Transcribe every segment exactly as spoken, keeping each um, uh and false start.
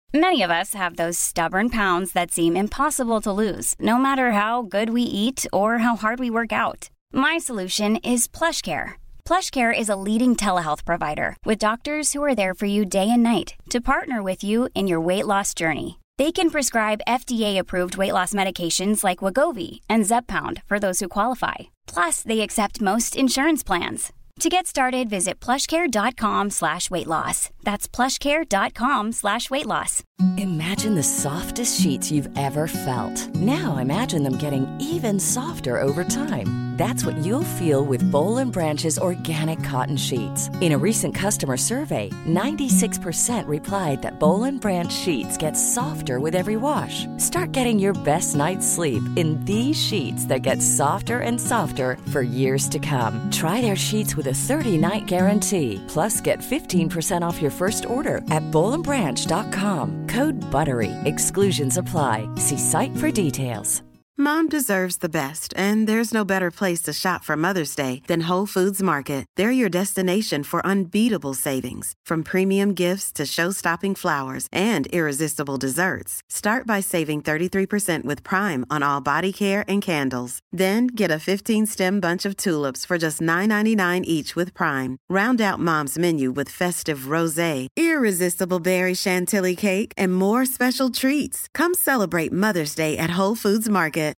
Many of us have those stubborn pounds that seem impossible to lose, no matter how good we eat or how hard we work out. My solution is PlushCare. PlushCare is a leading telehealth provider with doctors who are there for you day and night to partner with you in your weight loss journey. They can prescribe F D A-approved weight loss medications like Wegovy and Zepbound for those who qualify. Plus, they accept most insurance plans. To get started, visit plushcare.com slash weight loss. That's plushcare.com slash weight loss. Imagine the softest sheets you've ever felt. Now imagine them getting even softer over time. That's what you'll feel with Boll and Branch's organic cotton sheets. In a recent customer survey, ninety-six percent replied that Boll and Branch sheets get softer with every wash. Start getting your best night's sleep in these sheets that get softer and softer for years to come. Try their sheets with a thirty-night guarantee. Plus, get fifteen percent off your first order at boll and branch dot com. Code BUTTERY. Exclusions apply. See site for details. Mom deserves the best, and there's no better place to shop for Mother's Day than Whole Foods Market. They're your destination for unbeatable savings, from premium gifts to show-stopping flowers and irresistible desserts. Start by saving thirty-three percent with Prime on all body care and candles. Then get a fifteen-stem bunch of tulips for just nine ninety-nine each with Prime. Round out Mom's menu with festive rosé, irresistible berry chantilly cake, and more special treats. Come celebrate Mother's Day at Whole Foods Market.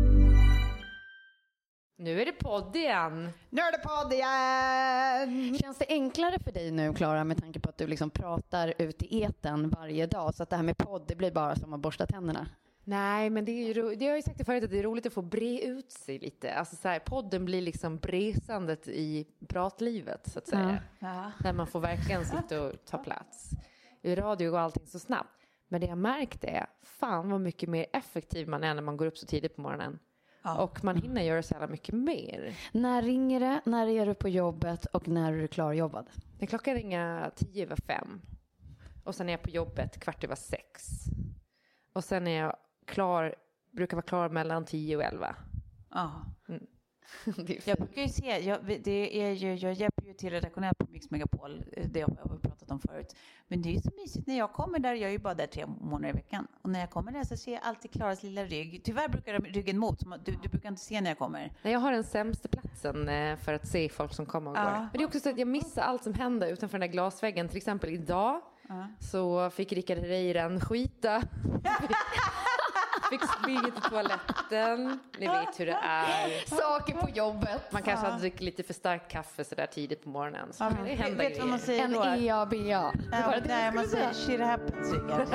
Nu är det podd igen. Nu är det podd igen. Känns det enklare för dig nu, Klara, med tanke på att du liksom pratar ut i eten varje dag, så att det här med podd, det blir bara som att borsta tänderna? Nej, men det är ju, det har jag ju sagt det förut, att det är roligt att få bre ut sig lite. Alltså så här, podden blir liksom bresandet i pratlivet, så att säga. Ja. Ja. Där man får verkligen sitta och ta plats. I radio går allting så snabbt. Men det jag märkt är, fan vad mycket mer effektiv man är när man går upp så tidigt på morgonen. Ja. Och man hinner göra så jävla mycket mer. När ringer det? När är du på jobbet? Och när är du klarjobbad? Det klockan ringer tio över fem. Och sen är jag på jobbet kvart över sex. Och sen är jag klar, brukar vara klar mellan tio och elva. Ja. Mm. Jag brukar ju se, jag, det är ju, jag hjälper ju till redaktionellt på Mix Megapol, det har vi pratat om förut. Men det är ju så mysigt, när jag kommer där, jag är ju bara där tre månader i veckan. Och när jag kommer där så ser jag alltid Klaras lilla rygg. Tyvärr brukar ryggen mot, du, du brukar inte se när jag kommer. Nej, jag har den sämsta platsen för att se folk som kommer och går. Ja. Men det är också så att jag missar allt som händer utanför den där glasväggen. Till exempel idag ja. så fick Rickard Reiren skita. Fick springa till toaletten. Ni vet hur det är. Saker på jobbet. Man kanske hade druckit lite för starkt kaffe så där tidigt på morgonen. Så ja, det händer vet grejer. Vad man säger en då? E A B A. Ja, nej, man säger shit happens.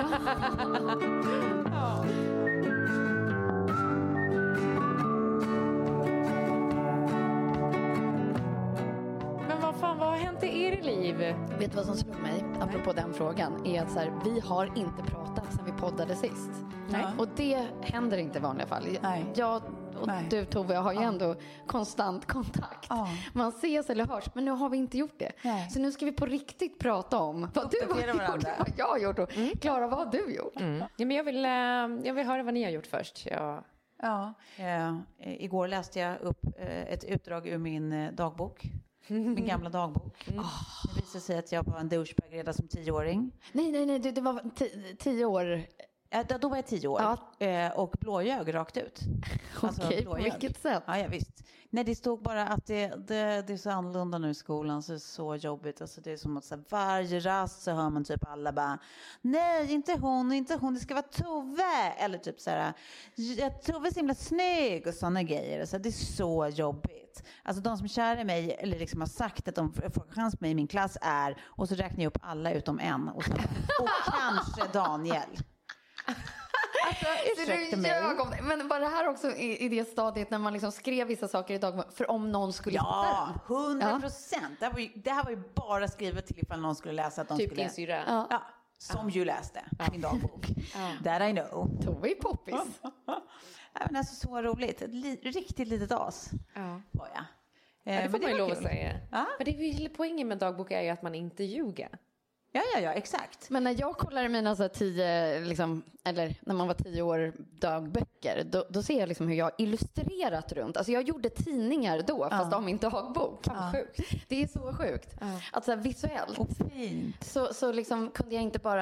Ja. Men vad fan, vad har hänt i er liv? Vet du vad som slog mig, apropå Nej. den frågan, är att så här, vi har inte pratat sedan vi poddade sist. Nej. Och det händer inte i vanliga fall. Nej. Jag och Nej. du, Tove, har ju Ja. ändå konstant kontakt. Ja. Man ses eller hörs, men nu har vi inte gjort det. Nej. Så nu ska vi på riktigt prata om vad du har gjort, varandra. vad jag har gjort. Och Klara, vad har du gjort? Mm. Ja, men jag, vill, jag vill höra vad ni har gjort först. Jag... Ja, eh, igår läste jag upp eh, ett utdrag ur min eh, dagbok. Min gamla dagbok. Mm. Oh. Det visade sig att jag var en douchebag redan som tioåring. Nej, nej, nej, det, det var t- tio år. Ja, då var jag tio år. Ja. Eh, och blåljög rakt ut. Alltså, okej, på vilket sätt? Ja, ja, visst. Nej, det stod bara att det, det, det är så annorlunda nu i skolan, så det är så jobbigt. Alltså, det är som att så här, varje rast så hör man typ alla bara, nej, inte hon, inte hon, det ska vara Tove. Eller typ så här, Tove är så himla snygg och sådana grejer. Alltså, det är så jobbigt. Alltså de som kär i mig, eller liksom har sagt att de får chans med mig i min klass är, och så räknar jag upp alla utom en. Och, så, och kanske Daniel. Alltså, ursäkta mig. Men var det här också i, i det stadiet när man liksom skrev vissa saker i dag för om någon skulle ja, hundra procent. Det, det här var ju bara skrivet till ifall någon skulle läsa att de typ skulle... Typ din syra. Ja. Ja, som ja. ju läste ja. min dagbok. Ja. That I know. Tove är poppis. Ja, men alltså så roligt. Ett li- riktigt litet as ja. var jag. Ja, det får man ju lov att säga. Ja. Men det är poängen med dagbok är ju att man inte ljuger. Ja, ja, ja, exakt. Men när jag kollar mina så här tio, liksom, eller när man var tio år dagböcker, då, då ser jag liksom hur jag illustrerat runt. Alltså jag gjorde tidningar då, fast ja. av min dagbok. Ja. Sjukt. Det är så sjukt. Ja. Att så här, visuellt. Och fint. Så, så liksom kunde jag inte bara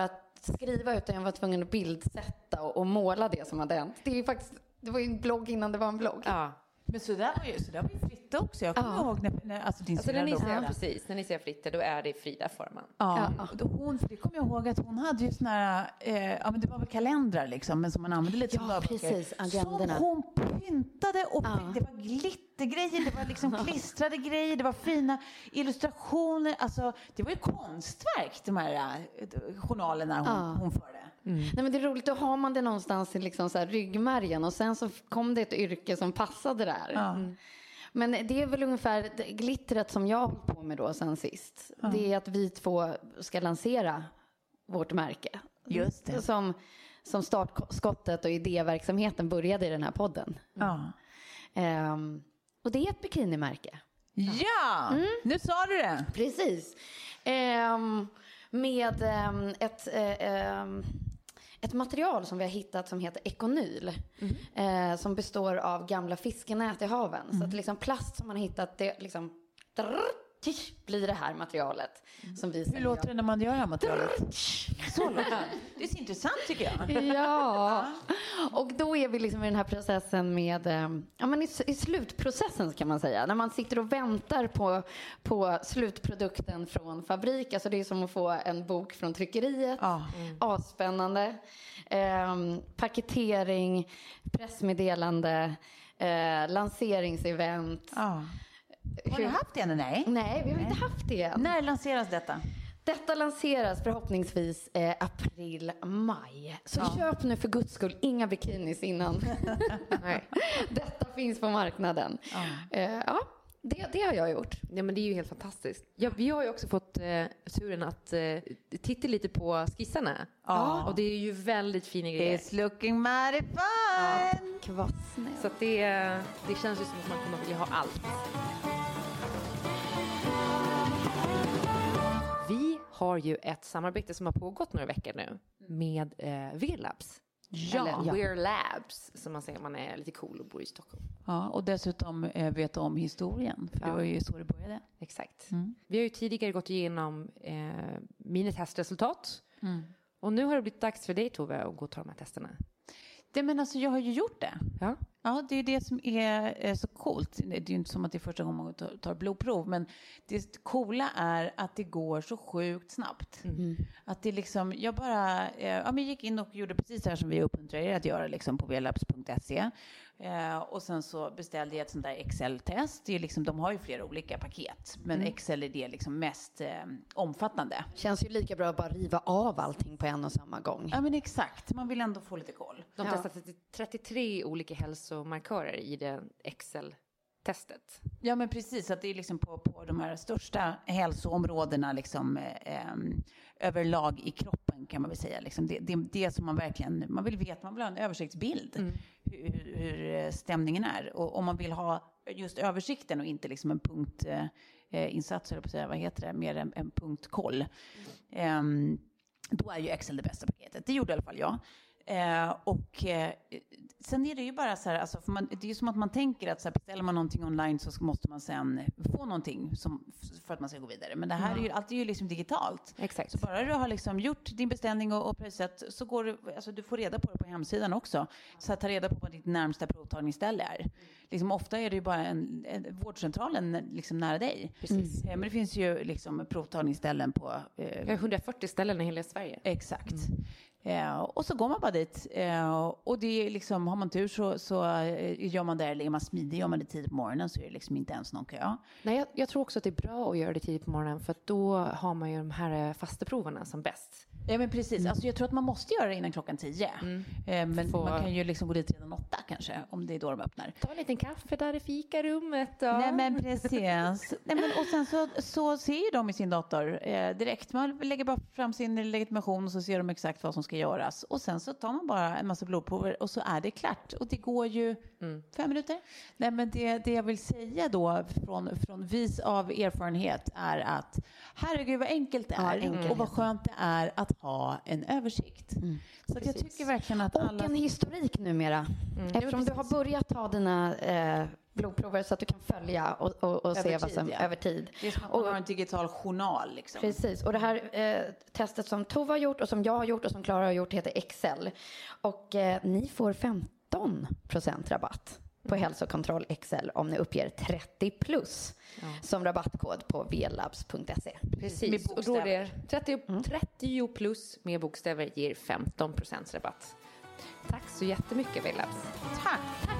skriva utan jag var tvungen att bildsätta och, och måla det som hade hänt. Det är faktiskt, det var ju en blogg innan det var en blogg. Ja. Men så där var ju, så där var ju Fritte också. Jag kommer Ja. ihåg när, när alltså din Alltså när ni, syrra ser, då. precis, när ni ser Fritte, då är det Frida Forman. Ja, Ja. och hon, för det kommer jag ihåg att hon hade ju såna här, eh, ja men det var väl kalendrar liksom, men som man använde lite som Ja, dagböcker. precis, agendorna. Som hon pyntade och Ja. det var glittergrejer, det var liksom klistrade grejer, det var fina illustrationer. Alltså det var ju konstverk, de här eh, journalerna hon, Ja. hon förde. Mm. Nej, men det är roligt, då har man det någonstans i liksom så här ryggmärgen och sen så kom det ett yrke som passade där. Ja. Mm. Men det är väl ungefär det glittret som jag har hållit på med då sen sist. Ja. Det är att vi två ska lansera vårt märke. Just det. Som, som startskottet och idéverksamheten började i den här podden. Ja. Ehm, och det är ett bikinimärke. Ja, Mm. nu sa du det. Precis. Ehm, med ehm, ett, eh, ehm, ett material som vi har hittat som heter ekonyl. Eh, som består av gamla fiskenät i haven. Så att det liksom plast som man har hittat, det liksom drrr, tisch, blir det här materialet. Som vi Hur låter det när man gör det här materialet? Så låter det. Det är så intressant tycker jag. Ja, och då är vi liksom i den här processen med, eh, ja men i, i slutprocessen kan man säga, när man sitter och väntar på, på slutprodukten från fabrik, alltså det är som att få en bok från tryckeriet, Ja. asspännande, eh, paketering, pressmeddelande, eh, lanseringsevent. Ja. Har ni haft det än? Nej. Nej, vi har inte haft det än. När lanseras detta? Detta lanseras förhoppningsvis eh, april, maj. Så Ja. köp nu för guds skull inga bikinis innan. Nej. Detta finns på marknaden. Ja. Eh, ja, det, det har jag gjort. Ja, men det är ju helt fantastiskt. Ja, vi har ju också fått eh, turen att eh, titta lite på skissarna. Ja. Och det är ju väldigt fina grejer. It's looking mighty fine. Kvassnäll. Så att det, det känns ju som att man kommer vilja ha allt. Vi har ju ett samarbete som har pågått några veckor nu med eh, V-Labs. Ja. Eller Wear Labs, som man säger man är lite cool och bor i Stockholm. Ja, och dessutom eh, vet om historien, för det Ja. var ju så det började. Exakt. Mm. Vi har ju tidigare gått igenom eh, minitestresultat. Mm. Och nu har det blivit dags för dig, Tove, att gå och ta de här testerna. Det, men alltså, jag har ju gjort det. Ja. Ja, det är ju det som är eh, så coolt. Det är ju inte som att det är första gången man tar, tar blodprov, men det coola är att det går så sjukt snabbt. Mm. Att det liksom, jag bara, eh, ja, men gick in och gjorde precis det här som vi uppmuntrar er att göra liksom på velabs punkt se. Eh, och sen så beställde jag ett sånt där Excel-test. Det är liksom, de har ju flera olika paket, men Mm. Excel är det liksom mest eh, omfattande. Känns ju lika bra att bara riva av allting på en och samma gång. Ja, men exakt. Man vill ändå få lite koll. De Ja. testade trettiotre olika hälsomarkörer i det Excel-testet. Ja, men precis, att det är liksom på, på de här största hälsoområdena liksom, eh, överlag i kroppen kan man väl säga. Liksom. Det, det, det som man verkligen, man vill veta, man vill ha en översiktsbild Mm. hur, hur stämningen är. Och om man vill ha just översikten och inte liksom en punktinsats, eh, insats, eller på att säga, vad heter det, mer en, en punktkoll. Eh, då är ju Excel det bästa paketet. Det gjorde i alla fall jag. Eh, och eh, sen är det ju bara så här, alltså, för man, det är ju som att man tänker att så här, beställer man någonting online så måste man sen få någonting som, för att man ska gå vidare. Men det här är ju, allt är ju liksom digitalt. Exakt. Så bara du har liksom gjort din beställning och, och prisat, så går du, alltså du får reda på det på hemsidan också. Så att ta reda på vad ditt närmsta provtagningsställe är. Liksom, ofta är det ju bara en, en vårdcentralen liksom nära dig. Precis. Eh, men det finns ju liksom provtagningsställen på... Eh, Vi har hundrafyrtio ställen i hela Sverige. Exakt. Eh, och så går man bara dit. Eh, och det är liksom, har man tur så, så eh, gör man det, eller är man smidig, gör man det tidigt på morgonen så är det liksom inte ens någon kö. Nej, jag, jag tror också att det är bra att göra det tidigt på morgonen, för att då har man ju de här eh, fasta proverna som bäst. Ja, men precis. Alltså, jag tror att man måste göra det innan klockan tio. Mm. Eh, men Få- man kan ju liksom gå dit redan åtta kanske, om det är då de öppnar. Ta en liten kaffe där i fikarummet då. Nej, men precis. Nej, men, och sen så, så ser ju de i sin dator eh, direkt. Man lägger bara fram sin legitimation och så ser de exakt vad som ska göras. Och sen så tar man bara en massa blodprover och så är det klart. Och det går ju Mm. fem minuter. Nej, men det, det jag vill säga då från, från vis av erfarenhet är att herregud vad enkelt det Ja, är enkelhet. och vad skönt det är att ha en översikt. Mm. Så att jag Precis. tycker verkligen att Och alla... en historik numera. Eftersom du har börjat ta dina eh, blodprover så att du kan följa och, och, och se Över vad tid, som ja. över tid. Det är som att man har en digital journal liksom. Precis, och det här eh, testet som Tova har gjort och som jag har gjort och som Klara har gjort heter Excel. Och eh, ni får femton procent rabatt på hälsokontroll Excel om ni uppger trettio plus ja. som rabattkod på velabs punkt se. Precis, och då är det trettio, mm. trettio plus med bokstäver ger femton procent rabatt. Tack så jättemycket Velabs. Tack. Tack.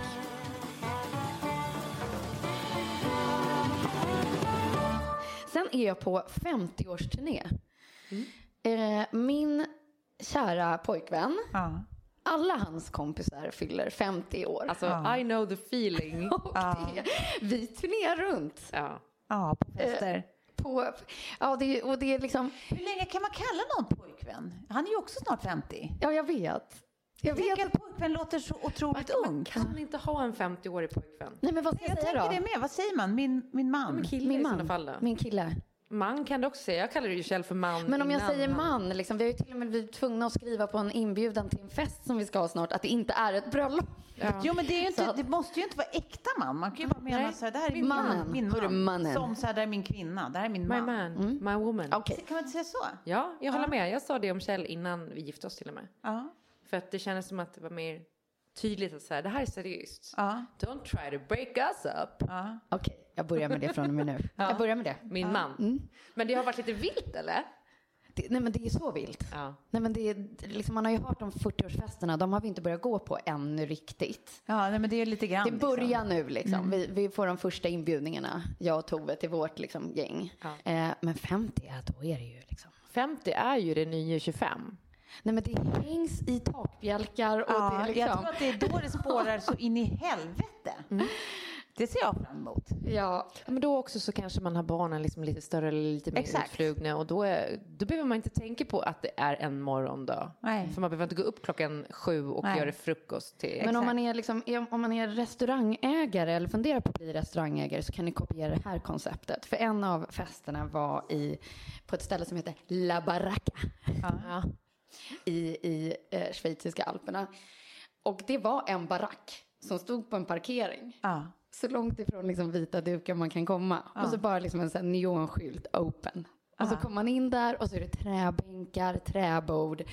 Sen är jag på femtio-årsturné. Mm. Eh, min kära pojkvän, ja. alla hans kompisar fyller femtio år. Alltså, ja. I know the feeling. Och ja. det, vi turnerar runt. Ja, ja på fester. Eh, på, ja, det, och det är liksom... Hur länge kan man kalla någon pojkvän? Han är ju också snart femtio. Ja, jag vet. Jag vet ung. att pojkvän låter så otroligt ung. Man kan inte ha en femtio-årig pojkvän. Nej, men vad ska jag, jag säga tänker då? det med. Vad säger man? Min, min man. Min kille min i man. sådana fall då. Min kille. Man kan det också säga. Jag kallar det ju själv för man. Men om jag innan säger han... man, liksom, vi har ju till och med blivit tvungna att skriva på en inbjudan till en fest som vi ska ha snart, att det inte är ett bröllop. Ja. Jo, men det, är ju inte, så. det måste ju inte vara äkta man. Man kan ju bara mena Nej. så här, det här är min Mannen. man. Min Hörru, man. mannen. Som så här, det här är min kvinna. Det här är min My man. man, Mm. my woman. Okay. Kan man inte säga så? Ja, jag håller Ja. med. Jag sa det om Kjell innan vi gifte oss till och med. Ja. För att det kändes som att det var mer tydligt att säga det här är seriöst. Ja. Don't try to break us up. Ja. Okej, okay, jag börjar med det från och med nu. Ja. Jag börjar med det. Min Ja. man. Mm. Men det har varit lite vilt, eller? Det, nej, men det är så vilt. Ja. Nej, men det är, liksom, man har ju hört om fyrtioårsfesterna, de har vi inte börjat gå på ännu riktigt. Ja, nej, men det är lite grann. Det börjar liksom. nu liksom. Mm. Vi, vi får de första inbjudningarna, jag och Tove, till vårt liksom, gäng. Ja. Eh, men femtio, ja, då är det ju liksom. femtio är ju det nya tjugofem. Nej, men det hängs i takbjälkar och Ja, det är liksom... jag tror att det är då det spårar så in i helvete. Mm. Det ser jag fram emot. Ja. Men då också så kanske man har barnen liksom lite större eller lite mer Exakt. utflugna. Och då, är, då behöver man inte tänka på att det är en morgondag. Nej. För man behöver inte gå upp klockan sju och Nej. göra frukost till. Men om man, är liksom, om man är restaurangägare eller funderar på att bli restaurangägare så kan ni kopiera det här konceptet. För en av festerna var i, på ett ställe som heter La Barraca. Ja. I, i eh, schweiziska alperna. Och det var en barack som stod på en parkering. Ja. Så långt ifrån liksom vita dukar man kan komma. Ja. Och så bara liksom en sån här neonskylt open. Och så Ja. kommer man in där och så är det träbänkar, träbord.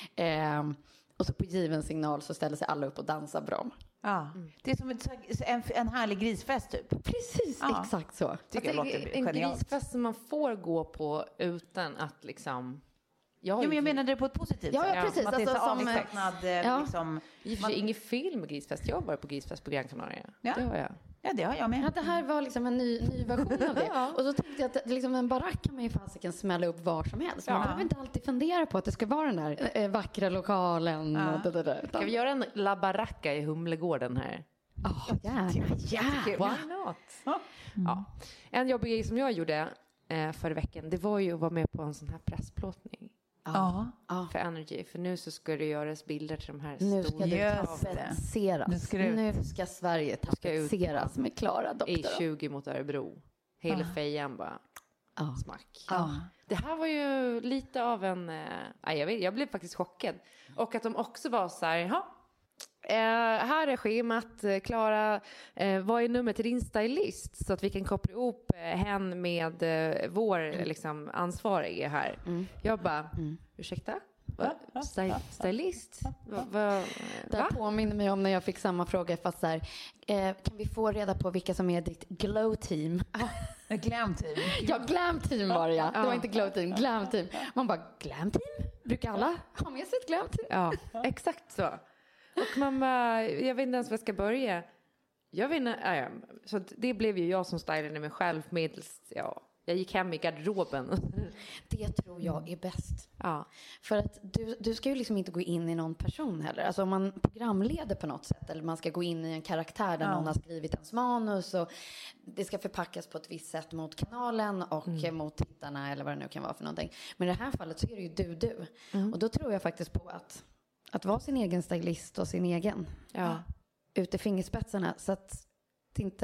Eh, och så på given signal så ställer sig alla upp och dansar bra. Ja. Det är som ett, en, en härlig grisfest typ. Precis, Ja. exakt så. Tycker jag låter en genialt. grisfest som man får gå på utan att liksom... Jag, har Ja, men ju- jag menar det på ett positivt Ja, sätt. ja, precis. Som att det är så Alltså, som, avslappnad, eh, ja. liksom. I och för sig ingen film med grisfest. Jag har varit på grisfest på Gran Canaria. Ja. Det har jag. Ja, det har jag med. Ja, det här var liksom en ny, ny version av det. Ja. Och så tänkte jag att liksom en barack kan man ju fasiken smälla upp var som helst. Man Ja. behöver inte alltid fundera på att det ska vara den där eh, vackra lokalen. Ja. Och det, det, det. Utan- Ska vi göra en La Barraca i Humlegården här? Oh, gärna, gärna. Why not? Ja. Ja. En jobbig grej som jag gjorde eh, förra veckan, det var ju att vara med på en sån här pressplåtning Ja. Ja. för Energy. För nu så ska det göras bilder till de här Nu ska stora det Just det. tapetseras. Nu ska det ut. Nu ska Sverige Ska ut. tapetseras med Klara E Doktor. tjugo mot Örebro. Hela Ah. fejan bara Ja. smack. Ja. Det här var ju lite av en... Eh, nej, jag, vet, jag blev faktiskt chockad. Och att de också var så här, jaha. Eh, här är schemat. Eh, Klara, eh, vad är numret till din stylist? Så att vi kan koppla ihop eh, hen med eh, vår Mm. liksom, ansvarige här. Jag bara, ursäkta? Va? Sty- stylist? Va? Va? Det här påminner mig om när jag fick samma fråga fast så här, eh, kan vi få reda på vilka som är ditt glow team? Ett glam team. Ja, glam team var det ja. Det var Ja. inte glow team, glam team. Man bara, glam team? Brukar alla ha med sig ett glam team? Ja, exakt så. Och man bara, jag vet inte ens var jag ska börja. Jag vet inte, ja, ja. Så det blev ju jag som stylade mig själv medels, ja. Jag gick hem i garderoben. Det tror jag är bäst. Ja. För att du, du ska ju liksom inte gå in i någon person heller. Alltså om man programleder på något sätt eller man ska gå in i en karaktär där Ja. någon har skrivit ens manus och det ska förpackas på ett visst sätt mot kanalen och Mm. mot tittarna eller vad det nu kan vara för någonting. Men i det här fallet så är det ju du, du. Mm. Och då tror jag faktiskt på att, att vara sin egen stylist och sin egen Ja. ut i fingerspetsarna så att det inte...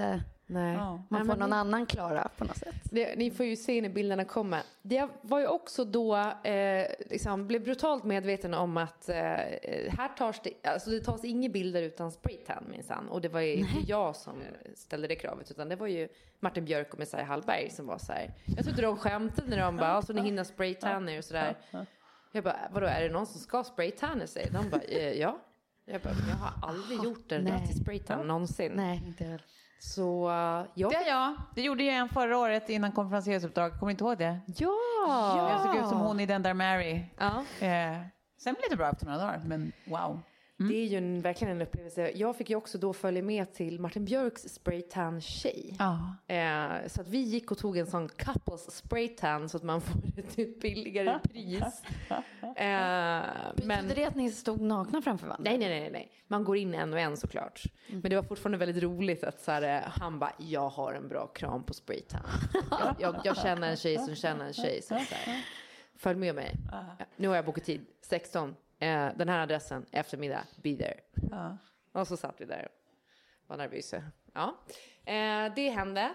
Nej. Ja. Man Nej, får men någon ni, annan klara på något sätt. det, ni får ju se när bilderna kommer. Det var ju också då eh, liksom, blev brutalt medveten om att eh, här tas det, alltså det tas inga bilder utan spraytan minsann. Och det var ju inte jag som ställde det kravet, utan det var ju Martin Björk och Messiah Hallberg som var så här. Jag trodde de skämtade när de bara, alltså ni hinner spraytan er och sådär. Jag bara, vadå, är det någon som ska spraytanna sig? De bara, eh, ja. Jag bara, men jag har aldrig gjort en nej. riktig spraytan någonsin. Nej, inte heller. Så uh, jag... Det är jag. Det gjorde jag en förra året innan konferensersuppdrag. Kommer inte ihåg det? Ja! Jag såg ut som hon i Den där Mary. Ja. Eh, sen blev det bra efter några dagar, men wow. Det är ju en, verkligen en upplevelse. Jag fick ju också då följa med till Martin Björks spraytan-tjej. Ja. Eh, så att vi gick och tog en sån couples spraytan så att man får ett billigare pris. Eh, Men... men... det att ni stod nakna framför varandra? Nej, nej, nej, nej. Man går in en och en såklart. Mm. Men det var fortfarande väldigt roligt att så här, han bara, jag har en bra kram på spraytan. jag, jag, jag känner en tjej som känner en tjej. Så, så här, följ med mig. Ja, nu har jag bokat tid. sexton. Eh, den här adressen, eftermiddag, be there. Ja. Och så satt vi där. Var nervösa. Ja. Eh, det hände.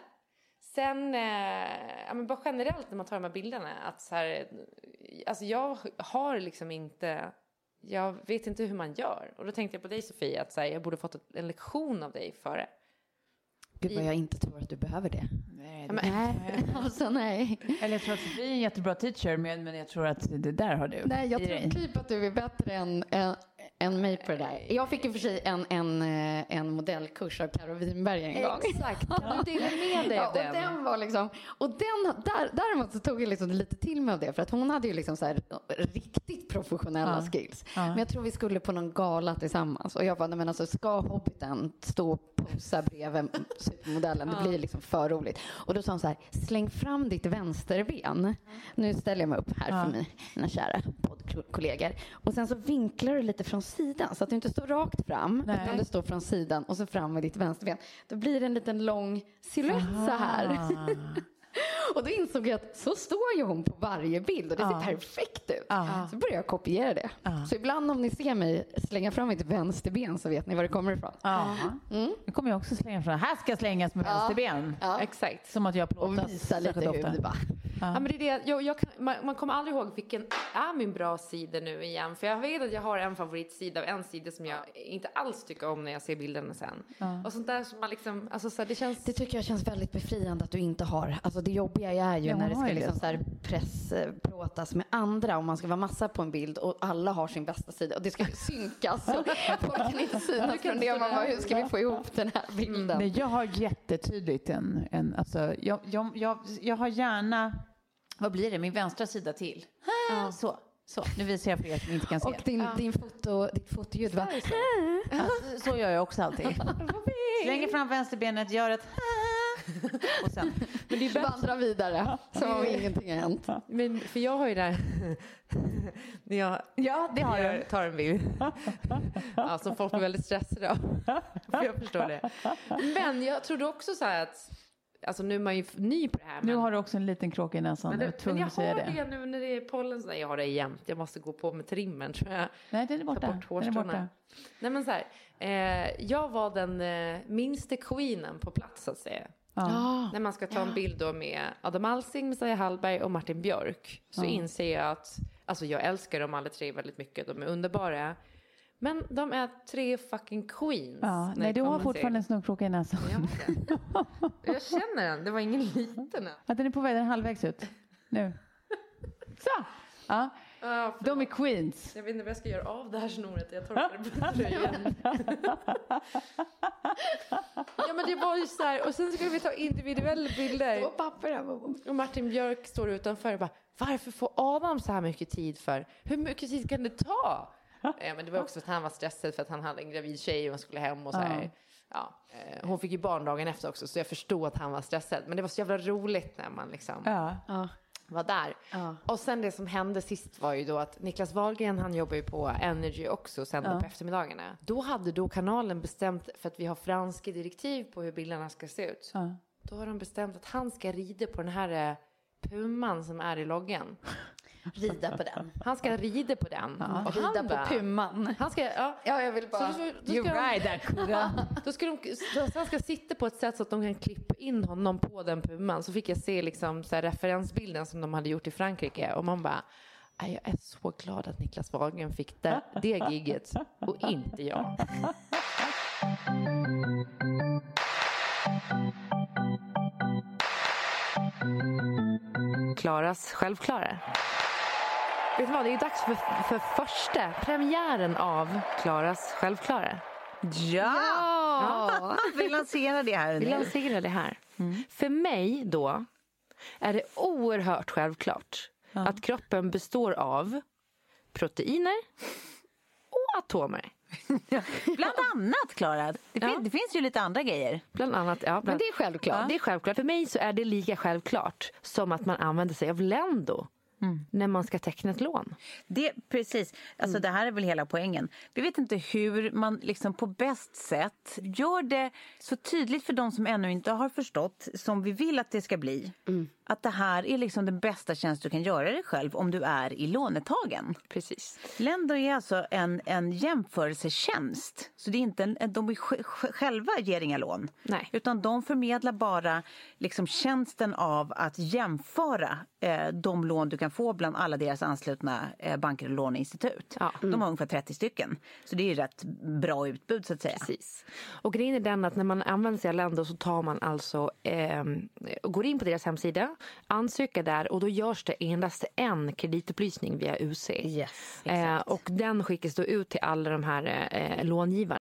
Sen, eh, ja, men bara generellt när man tar de här bilderna. Att så här, alltså jag har liksom inte... Jag vet inte hur man gör. Och då tänkte jag på dig, Sofia, att så här, jag borde fått en lektion av dig före. Gud vad jag inte tror att du behöver det. Nej, Ja, men, Nej, alltså nej. Eller jag tror att Sofie är en jättebra teacher, men, men jag tror att det där har du. Nej, jag i dig. tror typ att du är bättre än, än, än mig på det där. Jag fick i och för sig en, en, eh, en modellkurs av Karo Winberg en gång. Exakt, du delade med dig Ja, av och den. den var liksom, och den, där, däremot så tog jag liksom lite till mig av det, för att hon hade ju liksom så här riktigt professionella Ja. skills. Ja. Men jag tror vi skulle på någon gala tillsammans, och jag bara, nej, men alltså ska Hobbiten stå och posa bredvid supermodellen, det blir liksom för roligt. Och då sa hon så här, släng fram ditt vänsterben. Nu ställer jag mig upp här Ja. för mig, mina kära poddkollegor. Och sen så vinklar du lite från sidan, så att du inte står rakt fram, Nej. utan du står från sidan och så fram med ditt vänsterben. Då blir det en liten lång silhuett så här. Och då insåg jag att så står ju hon på varje bild och det Ja. ser perfekt ut. Ja. Så började jag kopiera det. Ja. Så ibland om ni ser mig slänga fram mitt vänsterben så vet ni var det kommer ifrån. Ja. Nu kommer jag också slänga från. Här ska slängas med vänsterben. Ja. Exakt. Som att jag Och plåtas visa lite särskilt hur ofta. det var. Ja, men det är det. Jag, jag kan, man, man kommer aldrig ihåg vilken är min bra sida nu igen. För jag vet att jag har en favoritsida och en sida som jag inte alls tycker om när jag ser bilderna sen. Och sånt där som man liksom, alltså så här, det känns... Det tycker jag känns väldigt befriande att du inte har. Alltså det jobbiga är ju Ja, när det hon har ska ju liksom det. så här pressplåtas med andra, om man ska vara massa på en bild och alla har sin bästa sida och det ska synkas och folk kan inte synas från det. Och man bara, hur ska vi få ihop den här bilden? Nej, jag har jättetydligt en, en alltså, jag, jag, jag, jag har gärna, vad blir det, min vänstra sida till. Så, så, nu visar jag för er som inte kan se. Och din, din foto, ditt fotoljud va? Ja, så, så gör jag också alltid. Slänger fram vänsterbenet, gör ett och sen. Men det är bättre. Vandra vidare som om ingenting har hänt. Men för jag har ju där när jag, Ja, det har jag jag. tar en bild. Ja, som folk blir väldigt stressade av. För jag förstår det. Men jag trodde också så här att, alltså nu är man ju ny på det här. Nu men, har du också en liten kråka i näsan. men, Jag var det, men tvungen jag att säga har det. det nu när det är pollen. Så, nej, jag har det jämt. Jag måste gå på med trimmen tror jag. Nej, den är Ta borta. bort Den är hårstråna. borta. Nej men så här, eh, jag var den eh, minste queenen på plats så att säga. Ja. När man ska ta en bild då med Adam Alsing, Messiah Hallberg och Martin Björk så Ja. inser jag att, alltså jag älskar dem alla tre väldigt mycket, de är underbara. Men de är tre fucking queens. Ja. när Nej, det du har kommer fortfarande en till- snorkråka i näsan. Jag har det. Jag känner den, det var ingen liten än. Att den är på väg, den är halvvägs ut. Nu. Så. Ja. Ja, för- De är queens. Jag vet inte vad jag ska göra av det här snoret. Jag torkar det på tröjan. Ja men det var ju så här. Och sen skulle vi ta individuella bilder. Och papper där. Och Martin Björk står utanför och bara, varför får Adam så här mycket tid för? Hur mycket tid kan det ta? Ja, men det var också att han var stressad för att han hade en gravid tjej och han skulle hem och så här. Ja, eh, hon fick ju barn dagen efter också så jag förstod att han var stressad. Men det var så jävla roligt när man liksom Ja. Ja. var där. Ja. Och sen det som hände sist var ju då att Niklas Wahlgren, han jobbar ju på Energy också sen Ja. på eftermiddagarna. Då hade då kanalen bestämt, för att vi har franska direktiv på hur bilderna ska se ut. Ja. Då har de bestämt att han ska rida på den här eh, puman som är i loggan. rida på den. Han ska rida på den. Ja. Och Rida han på bara, Puman. Han ska, ja. Ja, jag vill bara... Så, så, då You ska de, ride that kugga. då ska de, så han ska sitta på ett sätt så att de kan klippa in honom på den Puman. Så fick jag se liksom så här referensbilden som de hade gjort i Frankrike. Och man bara, jag är så glad att Niklas Wahlgren fick det, det gigget och inte jag. Klaras självklara. Vet du vad, det är dags för, för första premiären av Klaras självklara. Ja! ja. Vi lanserar det här. Vi lanserar det här. Mm. För mig då är det oerhört självklart ja. att kroppen består av proteiner och atomer. Bland annat, Klara. Det, ja. fin- det finns ju lite andra grejer. Bland annat, ja. Bland... Men det är självklart. Ja. Det är självklart. För mig så är det lika självklart som att man använder sig av Lendo. Mm. När man ska teckna ett lån. Det, precis. Alltså, mm. Det här är väl hela poängen. Vi vet inte hur man liksom på bäst sätt gör det så tydligt för de som ännu inte har förstått som vi vill att det ska bli. Mm. Att det här är liksom den bästa tjänst du kan göra dig själv om du är i lånetagen. Precis. Lendo är alltså en, en jämförelsetjänst. Så det är inte en, de är själva ger inga lån. Nej. Utan de förmedlar bara liksom tjänsten av att jämföra eh, de lån du kan få bland alla deras anslutna eh, banker och låneinstitut. Ja. Mm. De har ungefär trettio stycken. Så det är ju rätt bra utbud så att säga. Precis. Och grejen är den att när man använder sig av Lendo så tar man alltså eh, och går in på deras hemsida, ansöka där och då görs det endast en kreditupplysning via U C. Yes, eh, och den skickas då ut till alla de här eh, långivarna.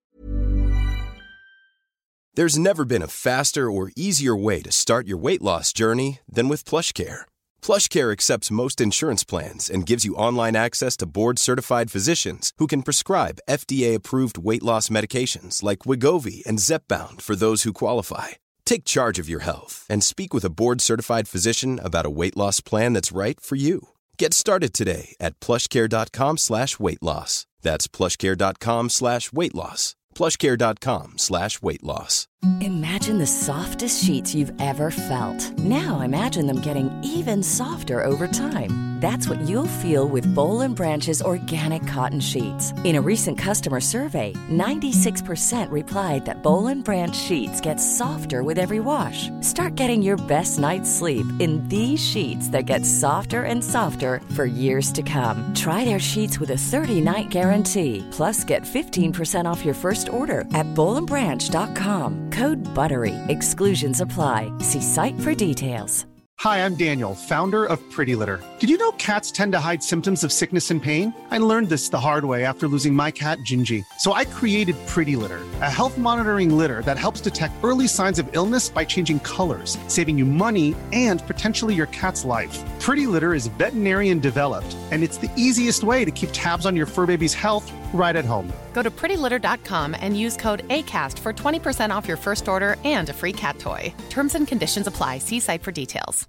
There's never been a faster or easier way to start your weight loss journey than with PlushCare. PlushCare accepts most insurance plans and gives you online access to board-certified physicians who can prescribe F D A-approved weight loss medications like Wegovy and Zepbound for those who qualify. Take charge of your health and speak with a board-certified physician about a weight loss plan that's right for you. Get started today at plushcare.com slash weight loss. That's plushcare.com slash weight loss. plushcare.com slash weight loss. Imagine the softest sheets you've ever felt. Now imagine them getting even softer over time. That's what you'll feel with Boll and Branch's organic cotton sheets. In a recent customer survey, ninety-six percent replied that Boll and Branch sheets get softer with every wash. Start getting your best night's sleep in these sheets that get softer and softer for years to come. Try their sheets with a thirty-night guarantee. Plus, get fifteen percent off your first order at boll and branch dot com. Code BUTTERY. Exclusions apply. See site for details. Hi, I'm Daniel, founder of Pretty Litter. Did you know cats tend to hide symptoms of sickness and pain? I learned this the hard way after losing my cat, Gingy. So I created Pretty Litter, a health monitoring litter that helps detect early signs of illness by changing colors, saving you money and potentially your cat's life. Pretty Litter is veterinarian developed, and it's the easiest way to keep tabs on your fur baby's health right at home. Go to pretty litter dot com and use code ACAST for twenty percent off your first order and a free cat toy. Terms and conditions apply. See site for details.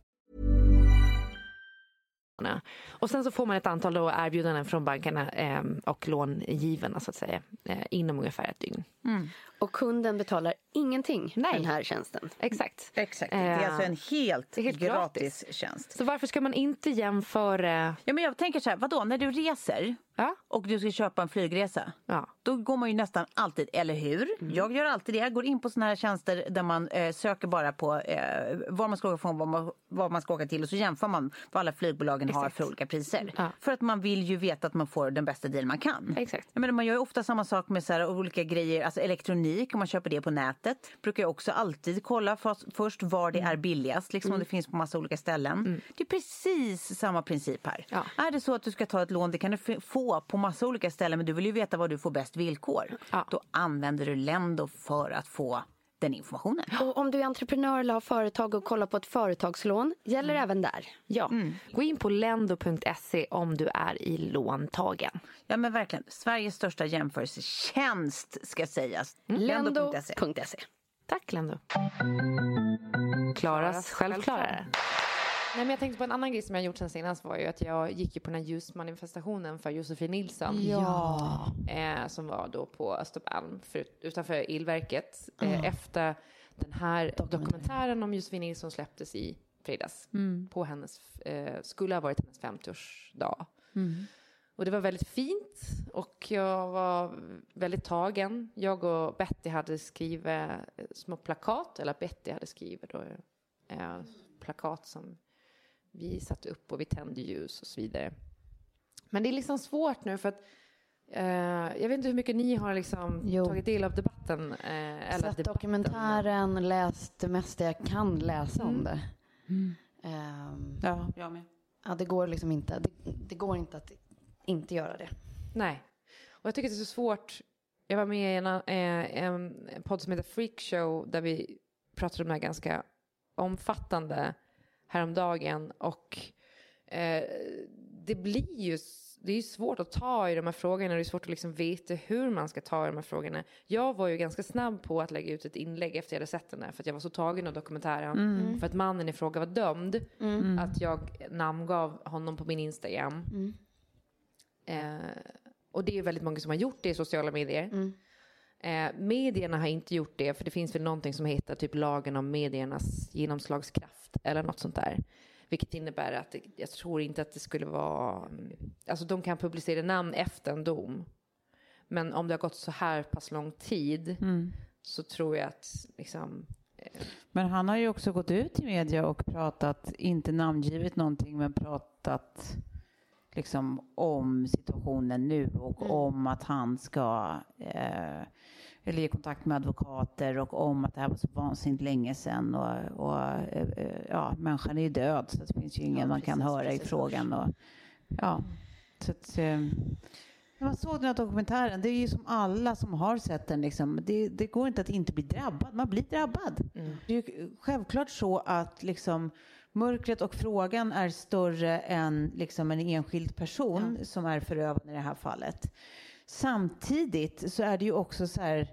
Och sen så får man ett antal då erbjudanden från bankerna eh, och långivarna så att säga eh, inom ungefär ett dygn. Mm. Och kunden betalar ingenting Nej. för den här tjänsten. Exakt. Exakt. Det är alltså en helt, helt gratis, gratis tjänst. Så varför ska man inte jämföra? Ja, men jag tänker så här, vadå, när du reser ja. och du ska köpa en flygresa, ja. då går man ju nästan alltid, eller hur? Mm. Jag gör alltid det. Jag går in på såna här tjänster där man eh, söker bara på eh, var man ska åka från, var man, var man ska åka till och så jämför man vad alla flygbolagen Exakt. har för olika priser. Ja. För att man vill ju veta att man får den bästa deal man kan. Exakt. Jag menar, man gör ju ofta samma sak med så här olika grejer, alltså elektronik, om man köper det på nätet. Brukar jag också alltid kolla för, först var det är billigast, liksom mm. om det finns på massa olika ställen. Mm. Det är precis samma princip här. Ja. Är det så att du ska ta ett lån, det kan du f- få på massa olika ställen, men du vill ju veta vad du får bäst villkor. Ja. Då använder du Lendo för att få den informationen. Och om du är entreprenör eller har företag och kollar på ett företagslån, gäller mm. även där. Ja, mm. gå in på lendo punkt se om du är i låntagen. Ja, men verkligen. Sveriges största jämförelsetjänst ska sägas. Mm. lendo punkt se. Tack, Lendo. Klaras självklarare. Nej, men jag tänkte på en annan grej som jag gjort sen senast var ju att jag gick ju på den här ljusmanifestationen för Josefin Nilsson. Ja. Eh, som var då på Östermalm för, utanför Illverket. Eh, mm. Efter den här dokumentären om Josefin Nilsson släpptes i fredags. Mm. På hennes, eh, skulle ha varit hennes femtioårsdag. Mm. Och det var väldigt fint. Och jag var väldigt tagen. Jag och Betty hade skrivit små plakat. Eller Betty hade skrivit då, eh, plakat som vi satte upp och vi tände ljus och så vidare. Men det är liksom svårt nu för att eh, jag vet inte hur mycket ni har liksom tagit del av debatten. Eh, eller Sett debatten. dokumentären, läst det mesta jag kan läsa Mm. om det. Mm. Um, Ja, jag med. ja, det går liksom inte. Det, det går inte att inte göra det. Nej. Och jag tycker det är så svårt. Jag var med i en, eh, en podd som heter Freak Show där vi pratade om det här ganska omfattande häromdagen. Och eh, det blir ju det är ju svårt att ta i de här frågorna. Det är svårt att liksom veta hur man ska ta i de här frågorna. Jag var ju ganska snabb på att lägga ut ett inlägg efter jag hade sett den där. För att jag var så tagen av dokumentären. Mm. För att mannen i fråga var dömd. Mm. Att jag namngav honom på min Instagram. Mm. Eh, och det är väldigt många som har gjort det i sociala medier. Mm. Eh, medierna har inte gjort det. För det finns väl någonting som heter typ lagen om mediernas genomslagskraft. Eller något sånt där. Vilket innebär att det, jag tror inte att det skulle vara... Alltså de kan publicera namn efter en dom. Men om det har gått så här pass lång tid. Mm. Så tror jag att liksom... Eh, Men han har ju också gått ut i media och pratat, inte namngivit någonting, men pratat liksom om situationen nu och Mm. om att han ska eh, eller ge kontakt med advokater och om att det här var så vansinnigt länge sedan och, och eh, ja, människan är ju död så det finns ju ingen Ja, man kan precis, höra precis. i frågan och ja, så att eh, när man såg den här dokumentären, det är ju som alla som har sett den liksom, det, det går inte att inte bli drabbad, man blir drabbad. mm. Det är ju självklart så att liksom mörkret och frågan är större än liksom en enskild person Ja. som är förövaren i det här fallet. Samtidigt så är det ju också så här,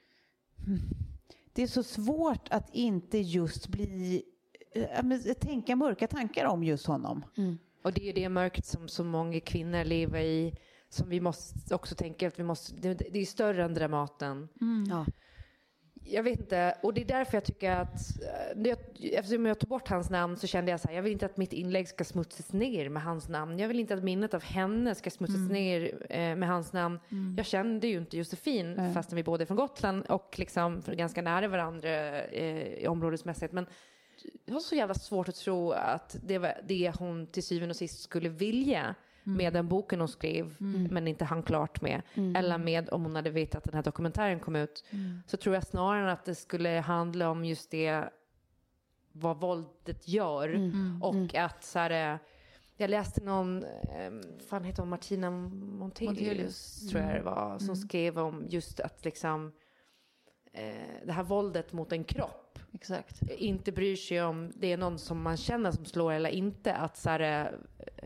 det är så svårt att inte just bli äh, tänka mörka tankar om just honom. Mm. Och det är det mörkret som så många kvinnor lever i. Som vi måste också tänka att vi måste... Det, det är större än Dramaten. Mm. Ja. Jag vet inte. Och det är därför jag tycker att... Det, eftersom jag tog bort hans namn så kände jag så här. Jag vill inte att mitt inlägg ska smutsas ner med hans namn. Jag vill inte att minnet av henne ska smutsas Mm. ner eh, med hans namn. Mm. Jag kände ju inte Josefin. Nej. Fastän vi båda är från Gotland. Och liksom ganska nära varandra eh, i områdesmässigt. Men jag har så jävla svårt att tro att det var det hon till syvende och sist skulle vilja. Mm. Med den boken hon skrev Mm. men inte hann klart med. Mm. Eller med om hon hade vetat att den här dokumentären kom ut. Mm. Så tror jag snarare att det skulle handla om just det vad våldet gör. Mm. Och Mm. att så här, jag läste någon, eh, fan heter hon, Martina Montelius, Montelius. tror jag det Mm. var. Som Mm. skrev om just att liksom eh, det här våldet mot en kropp. Exakt. Inte bryr sig om det är någon som man känner som slår eller inte. Att så här, eh,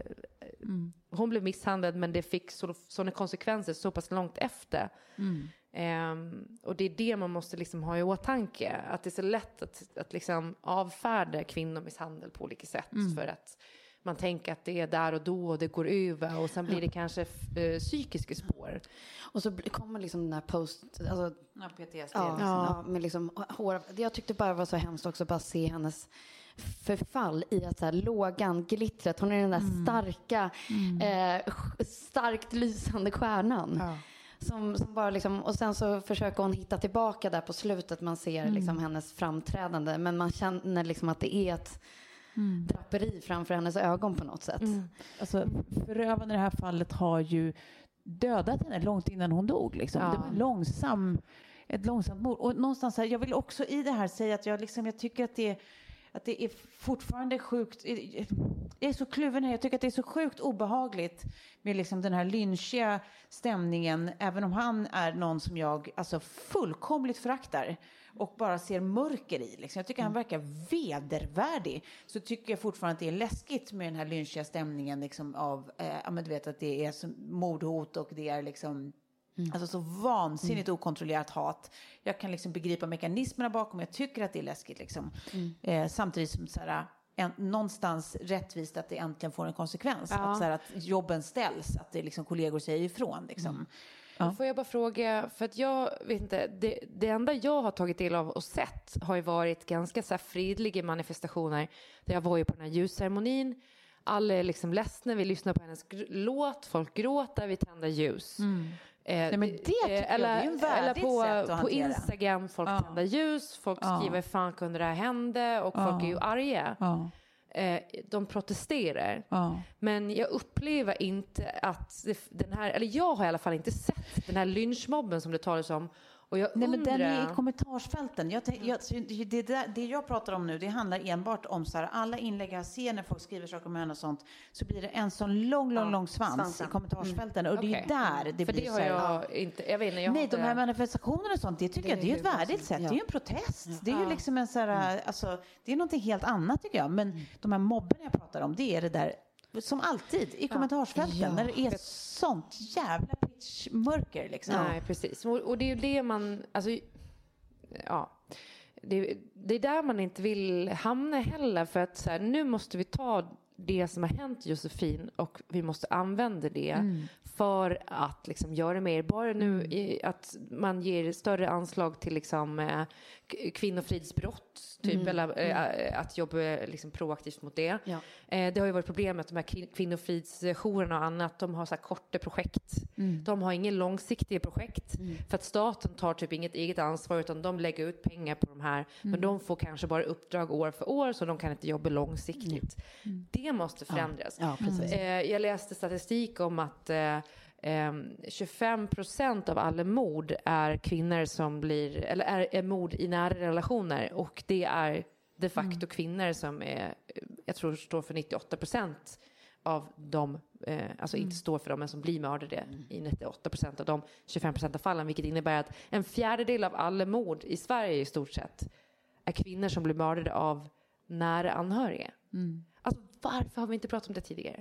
Mm. hon blev misshandlad men det fick så, sådana konsekvenser så pass långt efter. Mm. Um, och det är det man måste liksom ha i åtanke. Att det är så lätt att, att liksom avfärda kvinnomisshandel på olika sätt. Mm. För att man tänker att det är där och då och det går över. Och sen blir det kanske uh, psykiska spår. Och så bl- kommer liksom den här post... Alltså, Ja, P T S D. ja, liksom. ja, med liksom hår. Jag tyckte bara det var så hemskt också bara se hennes förfall i att så här, lågan, glittret, hon är den där Mm. starka, Mm. eh, sk- starkt lysande stjärnan. Ja. Som, som bara liksom, och sen så försöker hon hitta tillbaka där på slutet. Man ser Mm. liksom hennes framträdande. Men man känner liksom att det är ett Mm. draperi framför hennes ögon på något sätt. Mm. Alltså, förövaren i det här fallet har ju dödat henne långt innan hon dog. Liksom. Ja. Det var långsam, ett långsamt mord. Och någonstans här, jag vill också i det här säga att jag, liksom, jag tycker att det, att det är fortfarande sjukt... Jag är så kluven här. Jag tycker att det är så sjukt obehagligt med liksom den här lynchiga stämningen. Även om han är någon som jag alltså, fullkomligt föraktar och bara ser mörker i. Liksom. Jag tycker han verkar vedervärdig. Så tycker jag fortfarande att det är läskigt med den här lynchiga stämningen liksom, av eh, ja, men du vet att det är som mordhot och det är liksom... Mm. Alltså så vansinnigt okontrollerat hat. Jag kan liksom begripa mekanismerna bakom. Jag tycker att det är läskigt. Liksom. Mm. Eh, samtidigt som så här, en, någonstans rättvist att det äntligen får en konsekvens. Ja. Att, så här, att jobben ställs. Att det liksom, kollegor säger ifrån. Liksom. Ja. Får jag bara fråga, för att jag vet inte, det, det enda jag har tagit del av och sett har ju varit ganska så här fridliga manifestationer. Där jag var ju på den här ljusceremonin. Alla är liksom ledsna, vi lyssnar på hennes gr- låt, folk gråter, vi tänder ljus. Mm. Eh, Nej, men det tycker jag, eller, det är ju en värdigt eller på, sätt att på hantera. Instagram, folk Ja. tänder ljus, folk Ja. skriver fan kunde det här hända och Ja. folk är ju arga. Ja. Eh, de protesterar. Ja. Men jag upplever inte att det, den här, eller jag har i alla fall inte sett den här lynchmobben som det talas om. Och jag Nej, men undrar... den är i kommentarsfälten. Jag tänk, jag, det, där, det jag pratar om nu, det handlar enbart om så här, alla inlägg jag ser när folk skriver saker om henne och sånt, så blir det en sån lång, lång, Ja, lång svans svansen. i kommentarsfälten. Och det är ju Okej. där det För blir det så har här, jag inte, jag vet inte, jag nej, har de här inte... manifestationerna och sånt, det tycker Det jag, det är ju är ett hur värdigt som- sätt. ja. Det är ju en protest. Det är ju Ja. liksom en så här, alltså, det är någonting helt annat tycker jag. Men de här mobben jag pratar om, det är det där, som alltid, i kommentarsfälten. Ja. När det är sånt jävla pitchmörker liksom. Nej, precis. Och, och det är ju det man, alltså, ja. Det, det är där man inte vill hamna heller, för att så här, nu måste vi ta det som har hänt Josefin och vi måste använda det Mm. för att liksom göra mer. Bara nu i, att man ger större anslag till liksom, eh, k- kvinnofridsbrott typ, Mm. eller eh, att jobba liksom, proaktivt mot det. Ja. Eh, det har ju varit problemet att de här kvin- kvinnofridsjourerna och annat, de har så här korta projekt. Mm. De har ingen långsiktiga projekt för att staten tar typ inget eget ansvar utan de lägger ut pengar på de här. Men de får kanske bara uppdrag år för år så de kan inte jobba långsiktigt. Det måste förändras. Ja, precis. Eh, jag läste statistik om att eh, eh, tjugofem procent av alla mord är kvinnor som blir, eller är, är mord i nära relationer, och det är de facto kvinnor som är, jag tror står för nittioåtta procent av dem, eh, alltså inte står för dem men som blir mördade i nittioåtta procent av de tjugofem procent av fallen, vilket innebär att en fjärdedel av alla mord i Sverige i stort sett är kvinnor som blir mördade av nära anhöriga. Alltså varför har vi inte pratat om det tidigare?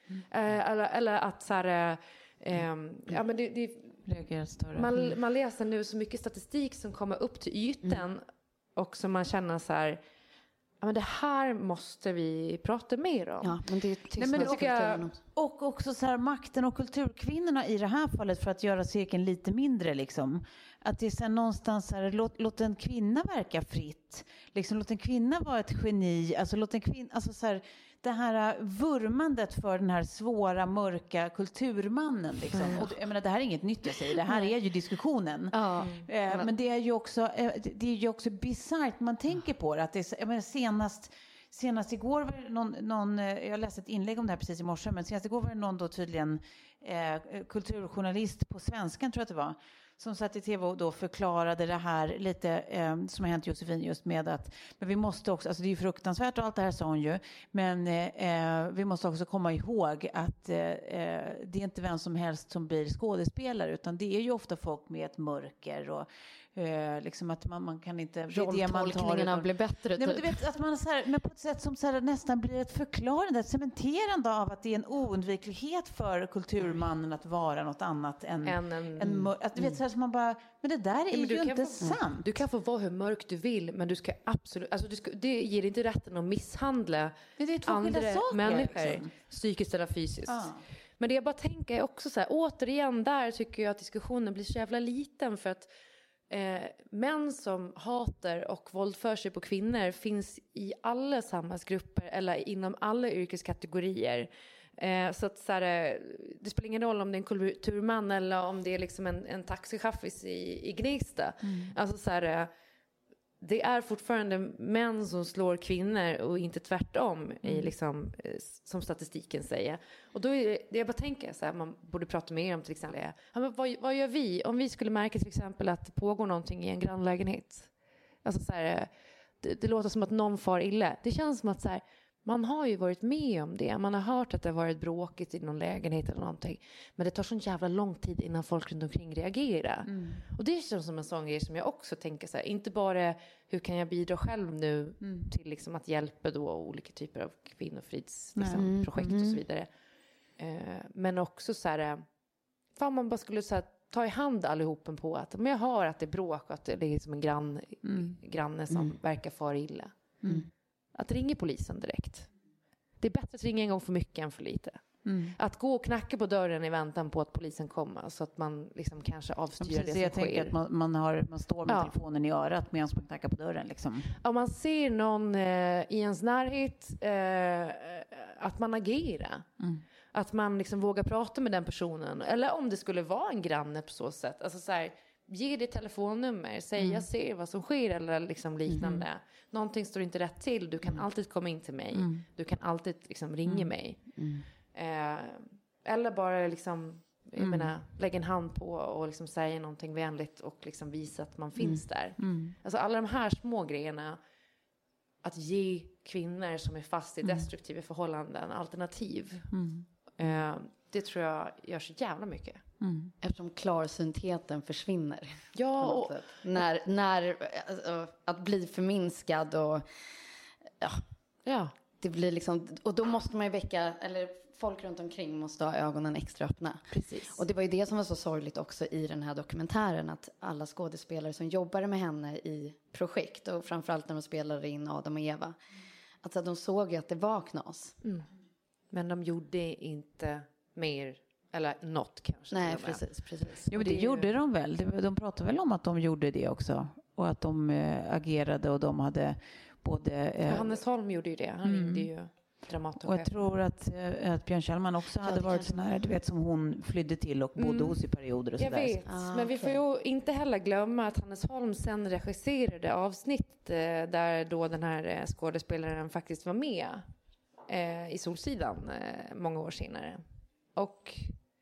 Eh, eller, eller att så här, eh, eh, ja, men det, det, Reagerar större. man, man läser nu så mycket statistik som kommer upp till ytan och som man känner så här, ja, men det här måste vi prata mer om. Ja, men det är Nej, men tycker jag- Och också så här, makten och kulturkvinnorna i det här fallet, för att göra cirkeln lite mindre liksom. Att det är så här, någonstans så här, låt, låt en kvinna verka fritt. Liksom, låt en kvinna vara ett geni. Alltså låt en kvinna, alltså så här, det här vurmandet för den här svåra, mörka kulturmannen liksom. Och jag menar, det här är inget nytt jag säger. Det här är ju diskussionen. Ja. Eh, men det är ju också, eh, det är ju också bisarrt. Man tänker på det. Att det är, så- jag menar, senast, senast igår var det någon, någon, eh, jag läste ett inlägg om det här precis i morse, men senast igår var det någon då tydligen eh, kulturjournalist på Svenskan, tror jag att det var, som satt i tv och då förklarade det här lite eh, som har hänt Josefin, just med att men vi måste också, alltså det är ju fruktansvärt och allt det här sa hon ju, men eh, vi måste också komma ihåg att eh, det är inte vem som helst som blir skådespelare, utan det är ju ofta folk med ett mörker och eh, liksom att man, man kan inte... det är det man tar- Rolltolkningarna blir bättre. Nej, men typ. du vet att man så här, men på ett sätt som så här, nästan blir ett förklarande, ett cementerande av att det är en oundviklighet för kulturmannen att vara något annat än, Än en- en mör- att du vet så här, som man bara, men det där är Ja, men du ju kan inte få- sant. Du kan få vara hur mörk du vill, men du ska absolut, alltså du ska, det ger inte rätten att misshandla Det är två andra skilda saker, människor, liksom. psykiskt eller fysiskt. Ja. Men det jag bara tänker är också så här, återigen där tycker jag att diskussionen blir så jävla liten, för att eh, män som hatar och våldför sig på kvinnor finns i alla samhällsgrupper eller inom alla yrkeskategorier. Eh, så att så här, eh, det spelar ingen roll om det är en kulturman eller om det är liksom en, en taxichaffis i, i Gnesta. Alltså så här, eh, det är fortfarande män som slår kvinnor och inte tvärtom, i liksom, eh, som statistiken säger. Och då är det, det jag bara tänker så här, man borde prata mer om till exempel, ja, men vad, vad gör vi om vi skulle märka till exempel att det pågår någonting i en grannlägenhet? Alltså så här, det, det låter som att någon far illa. Det känns som att så här, man har ju varit med om det. Man har hört att det har varit bråkigt i någon lägenhet eller någonting. Men det tar sån jävla lång tid innan folk runt omkring reagerar. Mm. Och det känns som en sån grej som jag också tänker så här. Inte bara hur kan jag bidra själv nu Mm. till liksom att hjälpa då olika typer av kvinnofridsprojekt liksom, Mm. projekt och så vidare. Eh, men också så här. Fan, man bara skulle så här, ta i hand allihopen på att men jag hör att det är bråk och att det är liksom en grann, Mm. granne som verkar fara illa. Mm. Att ringa polisen direkt. Det är bättre att ringa en gång för mycket än för lite. Mm. Att gå och knacka på dörren i väntan på att polisen kommer, så att man liksom kanske avstyr ja, det som jag sker. tänker att man, man, har, man står med ja. telefonen i örat medan man knackar på dörren. Liksom. Om man ser någon eh, i ens närhet, eh, att man agerar. Mm. Att man liksom vågar prata med den personen. Eller om det skulle vara en granne på så sätt. Alltså så här, ge det telefonnummer. Säg mm. jag ser vad som sker eller liksom liknande. Mm. Någonting står inte rätt till. Du kan mm. alltid komma in till mig. Mm. Du kan alltid liksom ringa mm. mig. Mm. Eh, eller bara liksom, jag mm. menar, lägga en hand på och liksom säga någonting vänligt och liksom visa att man finns mm. där. Mm. Alltså alla de här små grejerna, att ge kvinnor som är fast i destruktiva mm. förhållanden alternativ. Mm. Eh, det tror jag gör så jävla mycket. Mm. Eftersom klarsyntheten försvinner. Ja, och, när, när alltså, att bli förminskad och ja, ja. Det blir liksom, och då måste man ju väcka, eller folk runt omkring måste ha ögonen extra öppna. Precis. Och det var ju det som var så sorgligt också i den här dokumentären, att alla skådespelare som jobbade med henne i projekt, och framförallt när de spelade in Adam och Eva, alltså de såg ju att det var knas. Mm. Men de gjorde inte mer, eller något kanske. Nej, precis, precis. Jo, men det, det gjorde ju... de väl. De pratade väl om att de gjorde det också. Och att de äh, agerade och de hade både... Äh... Hannes Holm gjorde ju det. Han mm. ringde ju Dramaten. Och jag tror att, äh, att Björn Kjellman också ja, hade varit sån här, du vet, som hon flydde till och bodde mm. hos i perioder och jag sådär. Jag vet, ah, men vi okay. får ju inte heller glömma att Hannes Holm sen regisserade avsnitt äh, där då den här äh, skådespelaren faktiskt var med äh, i Solsidan äh, många år senare. Och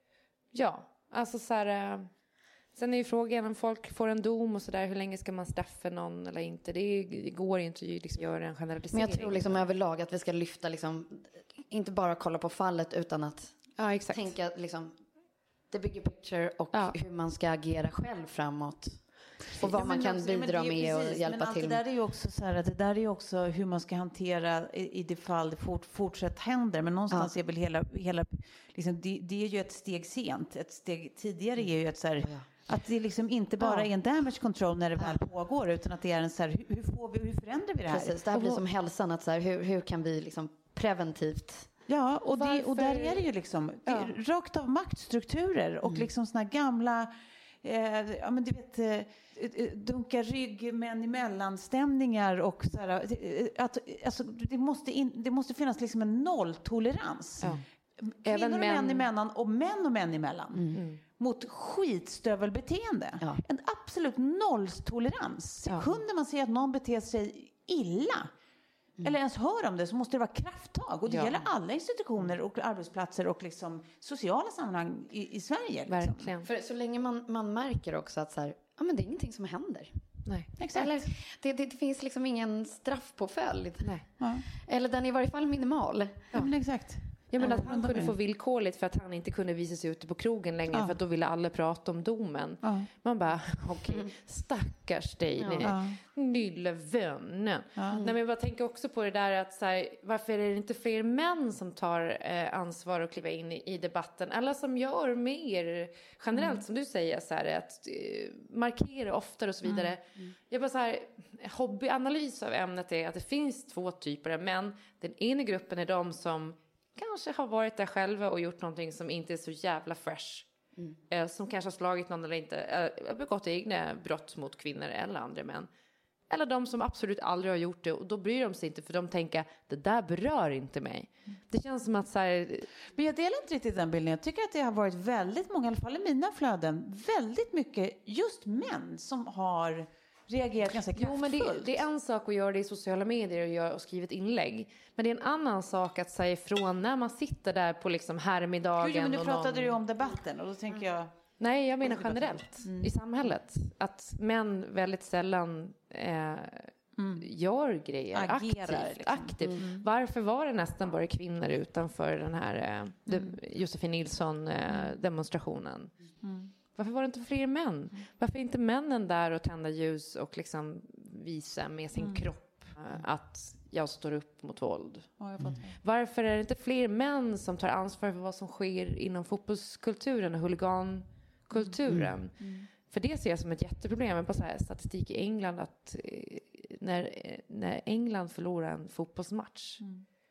ja, alltså så här, äh, sen är ju frågan om folk får en dom och sådär, hur länge ska man straffa någon eller inte? Det, är, det går ju inte att liksom göra en generalisering. Men jag tror liksom överlag att vi ska lyfta liksom, inte bara kolla på fallet utan att ja, exakt. tänka liksom the bigger picture och ja. hur man ska agera själv framåt. Och vad ja, man kan också, bidra med precis, och hjälpa men till. Men det där är ju också så här, att det där är ju också hur man ska hantera i, i det fall det fort, fortsatt händer. Men någonstans ja. är väl hela, hela liksom, det, det är ju ett steg sent. Ett steg tidigare är ju ett så här, ja. att det liksom inte bara ja. är en damage control när det väl ja. pågår, utan att det är en så här, hur, hur får vi, hur förändrar vi det här? Precis, det här blir som hälsan, att så här, hur, hur kan vi liksom preventivt... Ja, och, det, och där är det ju liksom ja. det, rakt av maktstrukturer och mm. liksom såna gamla... Eh, ja, men du vet, eh, dunka rygg män emellan stämningar och så här, eh, att, alltså, det, måste in, det måste finnas liksom en nolltolerans. Ja. Kvinnor och män... män emellan och män och män emellan. Mm. Mot skitstövelbeteende. Ja. En absolut nolltolerans. Sekunder ja. man ser att någon beter sig illa mm. eller ens hör om det, så måste det vara krafttag. Och det ja. gäller alla institutioner och arbetsplatser och liksom sociala sammanhang i, i Sverige. Liksom. Verkligen. För så länge man, man märker också att så här, ja, men det är ingenting som händer. Nej. Exakt. Eller, det, det, det finns liksom ingen straffpåföljd. Nej. Ja. Eller den är i varje fall minimal. Ja, ja men exakt. Jag menar att han kunde få villkorligt för att han inte kunde visa sig ute på krogen längre ja. för att då ville alla prata om domen. Ja. Man bara, okej, okay, stackars dig, ja. lille vännen. Ja. Nej, men jag bara tänker också på det där att så här, varför är det inte fler män som tar eh, ansvar och kliver in i, i debatten? Eller som gör mer generellt, mm. som du säger, så här, att eh, markera oftare och så vidare. Mm. Mm. Jag bara så här, hobbyanalys av ämnet är att det finns två typer av män. Den ena gruppen är de som kanske har varit där själva och gjort någonting som inte är så jävla fresh. Mm. Eh, som kanske har slagit någon eller inte. Eh, begått egna brott mot kvinnor eller andra män. Eller de som absolut aldrig har gjort det. Och då bryr de sig inte, för de tänker, det där berör inte mig. Mm. Det känns som att så här... Men jag delar inte riktigt den bilden. Jag tycker att det har varit väldigt många, i alla fall i mina flöden, väldigt mycket just män som har... reagerat ganska kraftfullt. Jo, men det, det är en sak att göra det i sociala medier och, göra, och skriva ett inlägg. Men det är en annan sak att säga ifrån när man sitter där på liksom härmiddagen. Gud, men nu och pratade någon... du om debatten och då tänker jag... Nej, jag menar generellt mm. i samhället. Att män väldigt sällan eh, mm. gör grejer Agerar, aktivt. Liksom. aktivt. Mm. Varför var det nästan bara kvinnor utanför den här eh, mm. Josefin Nilsson eh, demonstrationen? Mm. Varför var det inte fler män? Mm. Varför är inte männen där och tända ljus och liksom visa med sin mm. kropp uh, att jag står upp mot våld? Ja, jag mm. Varför är det inte fler män som tar ansvar för vad som sker inom fotbollskulturen och huligankulturen? Mm. Mm. För det ser jag som ett jätteproblem. På så här statistik i England att eh, när, när England förlorar en fotbollsmatch, mm.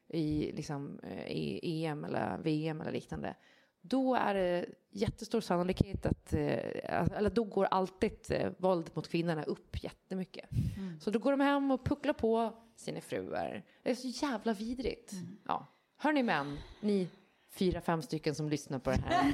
i, liksom, i E M eller V M eller liknande, då är det jättestor sannolikhet att, eller då går alltid våld mot kvinnorna upp jättemycket. Mm. Så då går de hem och pucklar på sina fruar. Det är så jävla vidrigt. Mm. Ja. Hör ni män, ni fyra, fem stycken som lyssnar på det här.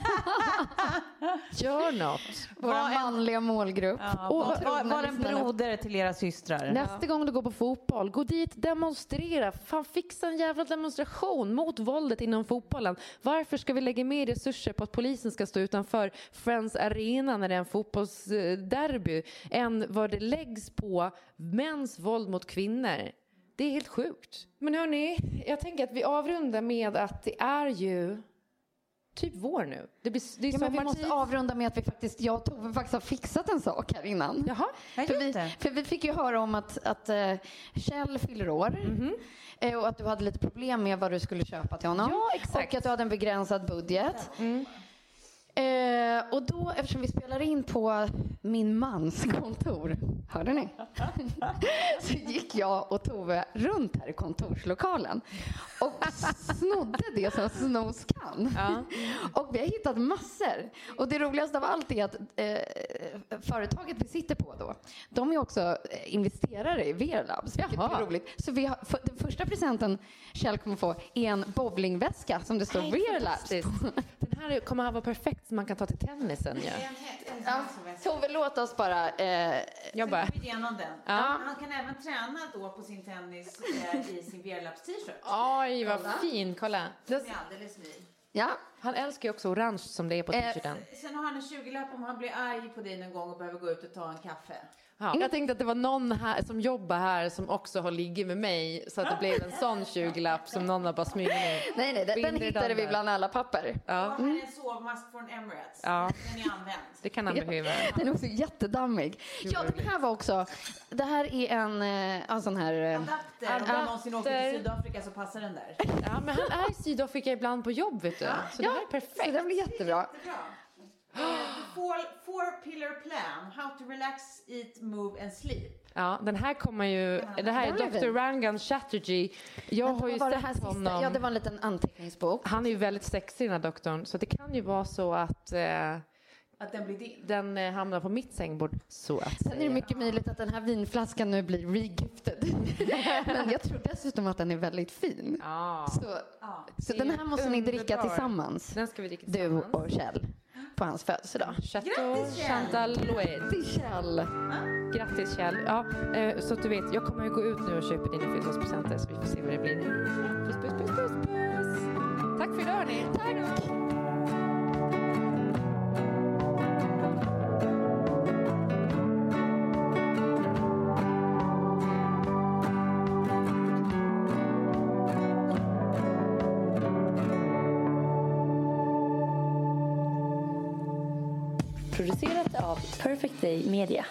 Gör något. Vår manliga målgrupp. Ja, och var, var en broder till era systrar. Nästa ja. gång du går på fotboll, gå dit, demonstrera. Fan, fixa en jävla demonstration mot våldet inom fotbollen. Varför ska vi lägga mer resurser på att polisen ska stå utanför Friends Arena när det är en fotbollsderby än vad det läggs på mäns våld mot kvinnor? Det är helt sjukt. Men hörni, jag tänker att vi avrundar med att det är ju typ vår nu. Det blir, det är ja, men vi måste avrunda med att vi faktiskt, jag och Tove faktiskt har fixat en sak här innan. Jaha, för vi, för vi fick ju höra om att, att uh, Kjell fyller år. Mm-hmm. uh, och att du hade lite problem med vad du skulle köpa till honom. Ja, exakt. Och att du hade en begränsad budget. Mm. Eh, och då, eftersom vi spelar in på min mans kontor, hörde ni? Så gick jag och Tove runt här i kontorslokalen och snodde det som snos kan. Ja. Och vi har hittat massor. Och det roligaste av allt är att eh, företaget vi sitter på då, de är också investerare i Verlabs, vilket Jaha. är roligt. Så vi har, för, den första presenten Kjell kommer få är en bowlingväska som det står Verlabs på. Den här kommer att vara perfekt som man kan ta till tennisen. Ja. Ja. Tove, låt oss bara eh, jobba igenom den. Ja. Han kan även träna då på sin tennis eh, i sin Verlabs t-shirt. Oj, vad kolla. fin. Kolla. Den är alldeles ny. Ja. Han älskar ju också orange som det är på t-shirten. Eh, sen har han en tjugo-lapp om han blir arg på dig någon gång och behöver gå ut och ta en kaffe. Ja. Jag tänkte att det var någon här som jobbar här som också har ligger med mig så att det blev en sån tjugo-lapp som någon har bara smugit ner. Nej, nej, den, den hittade vi bland alla papper. Ja. Och här är en sovmask från Emirates. Ja. Den är använd. Det kan han behöva. Den är också jättedammig. Ja, den här var också, det här är en, en sån här... Adapter. Adapter. Om man någonsin åker till Sydafrika så passar den där. Ja, men han är i Sydafrika ibland på jobb, vet du. Ja. Så det här är perfekt. Så det blir jättebra. jättebra. Uh, four, four pillar plan, how to relax, eat, move and sleep. Ja, den här kommer ju, det här är doktor Rangan Chatterjee. Jag har ju sett honom. Ja, det var en liten anteckningsbok. Han är ju väldigt sexig, den här doktorn. Så det kan ju vara så att... Eh, Att den blir din. Den eh, hamnar på mitt sängbord, så att Sen är det mycket möjligt att den här vinflaskan nu blir regifted. Men jag tror dessutom att den är väldigt fin. Ja. Så, ja. så den här måste ni dricka tillsammans. Den ska vi dricka tillsammans. Du och Kjell. På hans födelsedag. Chateau Chantal Louet. Grattis Kjell. Ah. Grattis Kjell. Ja, eh, så att du vet, jag kommer ju gå ut nu och köpa dina födelsedagspresenter så vi får se vad det blir. Puss, puss, puss, puss, puss. Tack för idag, hörni. Tack. Producerat av Perfect Day Media.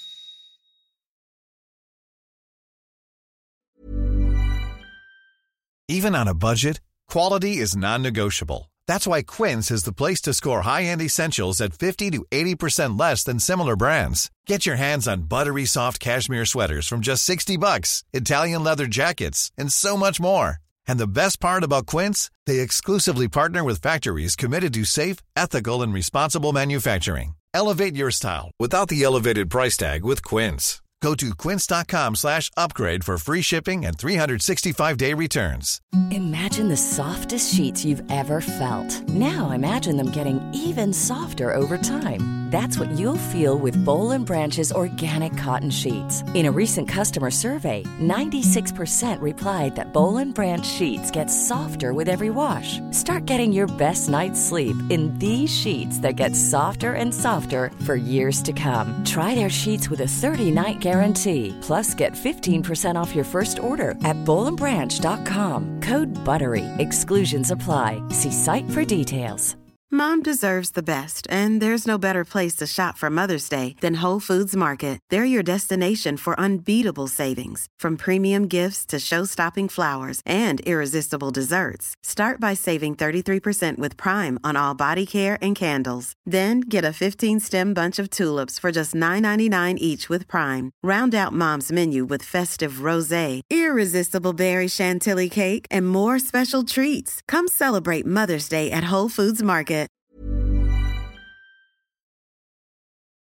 Even on a budget, quality is non-negotiable. That's why Quince is the place to score high-end essentials at fifty to eighty percent less than similar brands. Get your hands on buttery soft cashmere sweaters from just sixty bucks, Italian leather jackets, and so much more. And the best part about Quince, they exclusively partner with factories committed to safe, ethical, and responsible manufacturing. Elevate your style without the elevated price tag with Quince. Go to quince.com slash upgrade for free shipping and three sixty-five day returns. Imagine the softest sheets you've ever felt. Now imagine them getting even softer over time. That's what you'll feel with Boll and Branch's organic cotton sheets. In a recent customer survey, ninety-six percent replied that Boll and Branch sheets get softer with every wash. Start getting your best night's sleep in these sheets that get softer and softer for years to come. Try their sheets with a thirty-night guarantee. Plus, get fifteen percent off your first order at boll and branch dot com. Code BUTTERY. Exclusions apply. See site for details. Mom deserves the best, and there's no better place to shop for Mother's Day than Whole Foods Market. They're your destination for unbeatable savings, from premium gifts to show-stopping flowers and irresistible desserts. Start by saving thirty-three percent with Prime on all body care and candles. Then get a fifteen-stem bunch of tulips for just nine ninety-nine each with Prime. Round out Mom's menu with festive rosé, irresistible berry chantilly cake, and more special treats. Come celebrate Mother's Day at Whole Foods Market.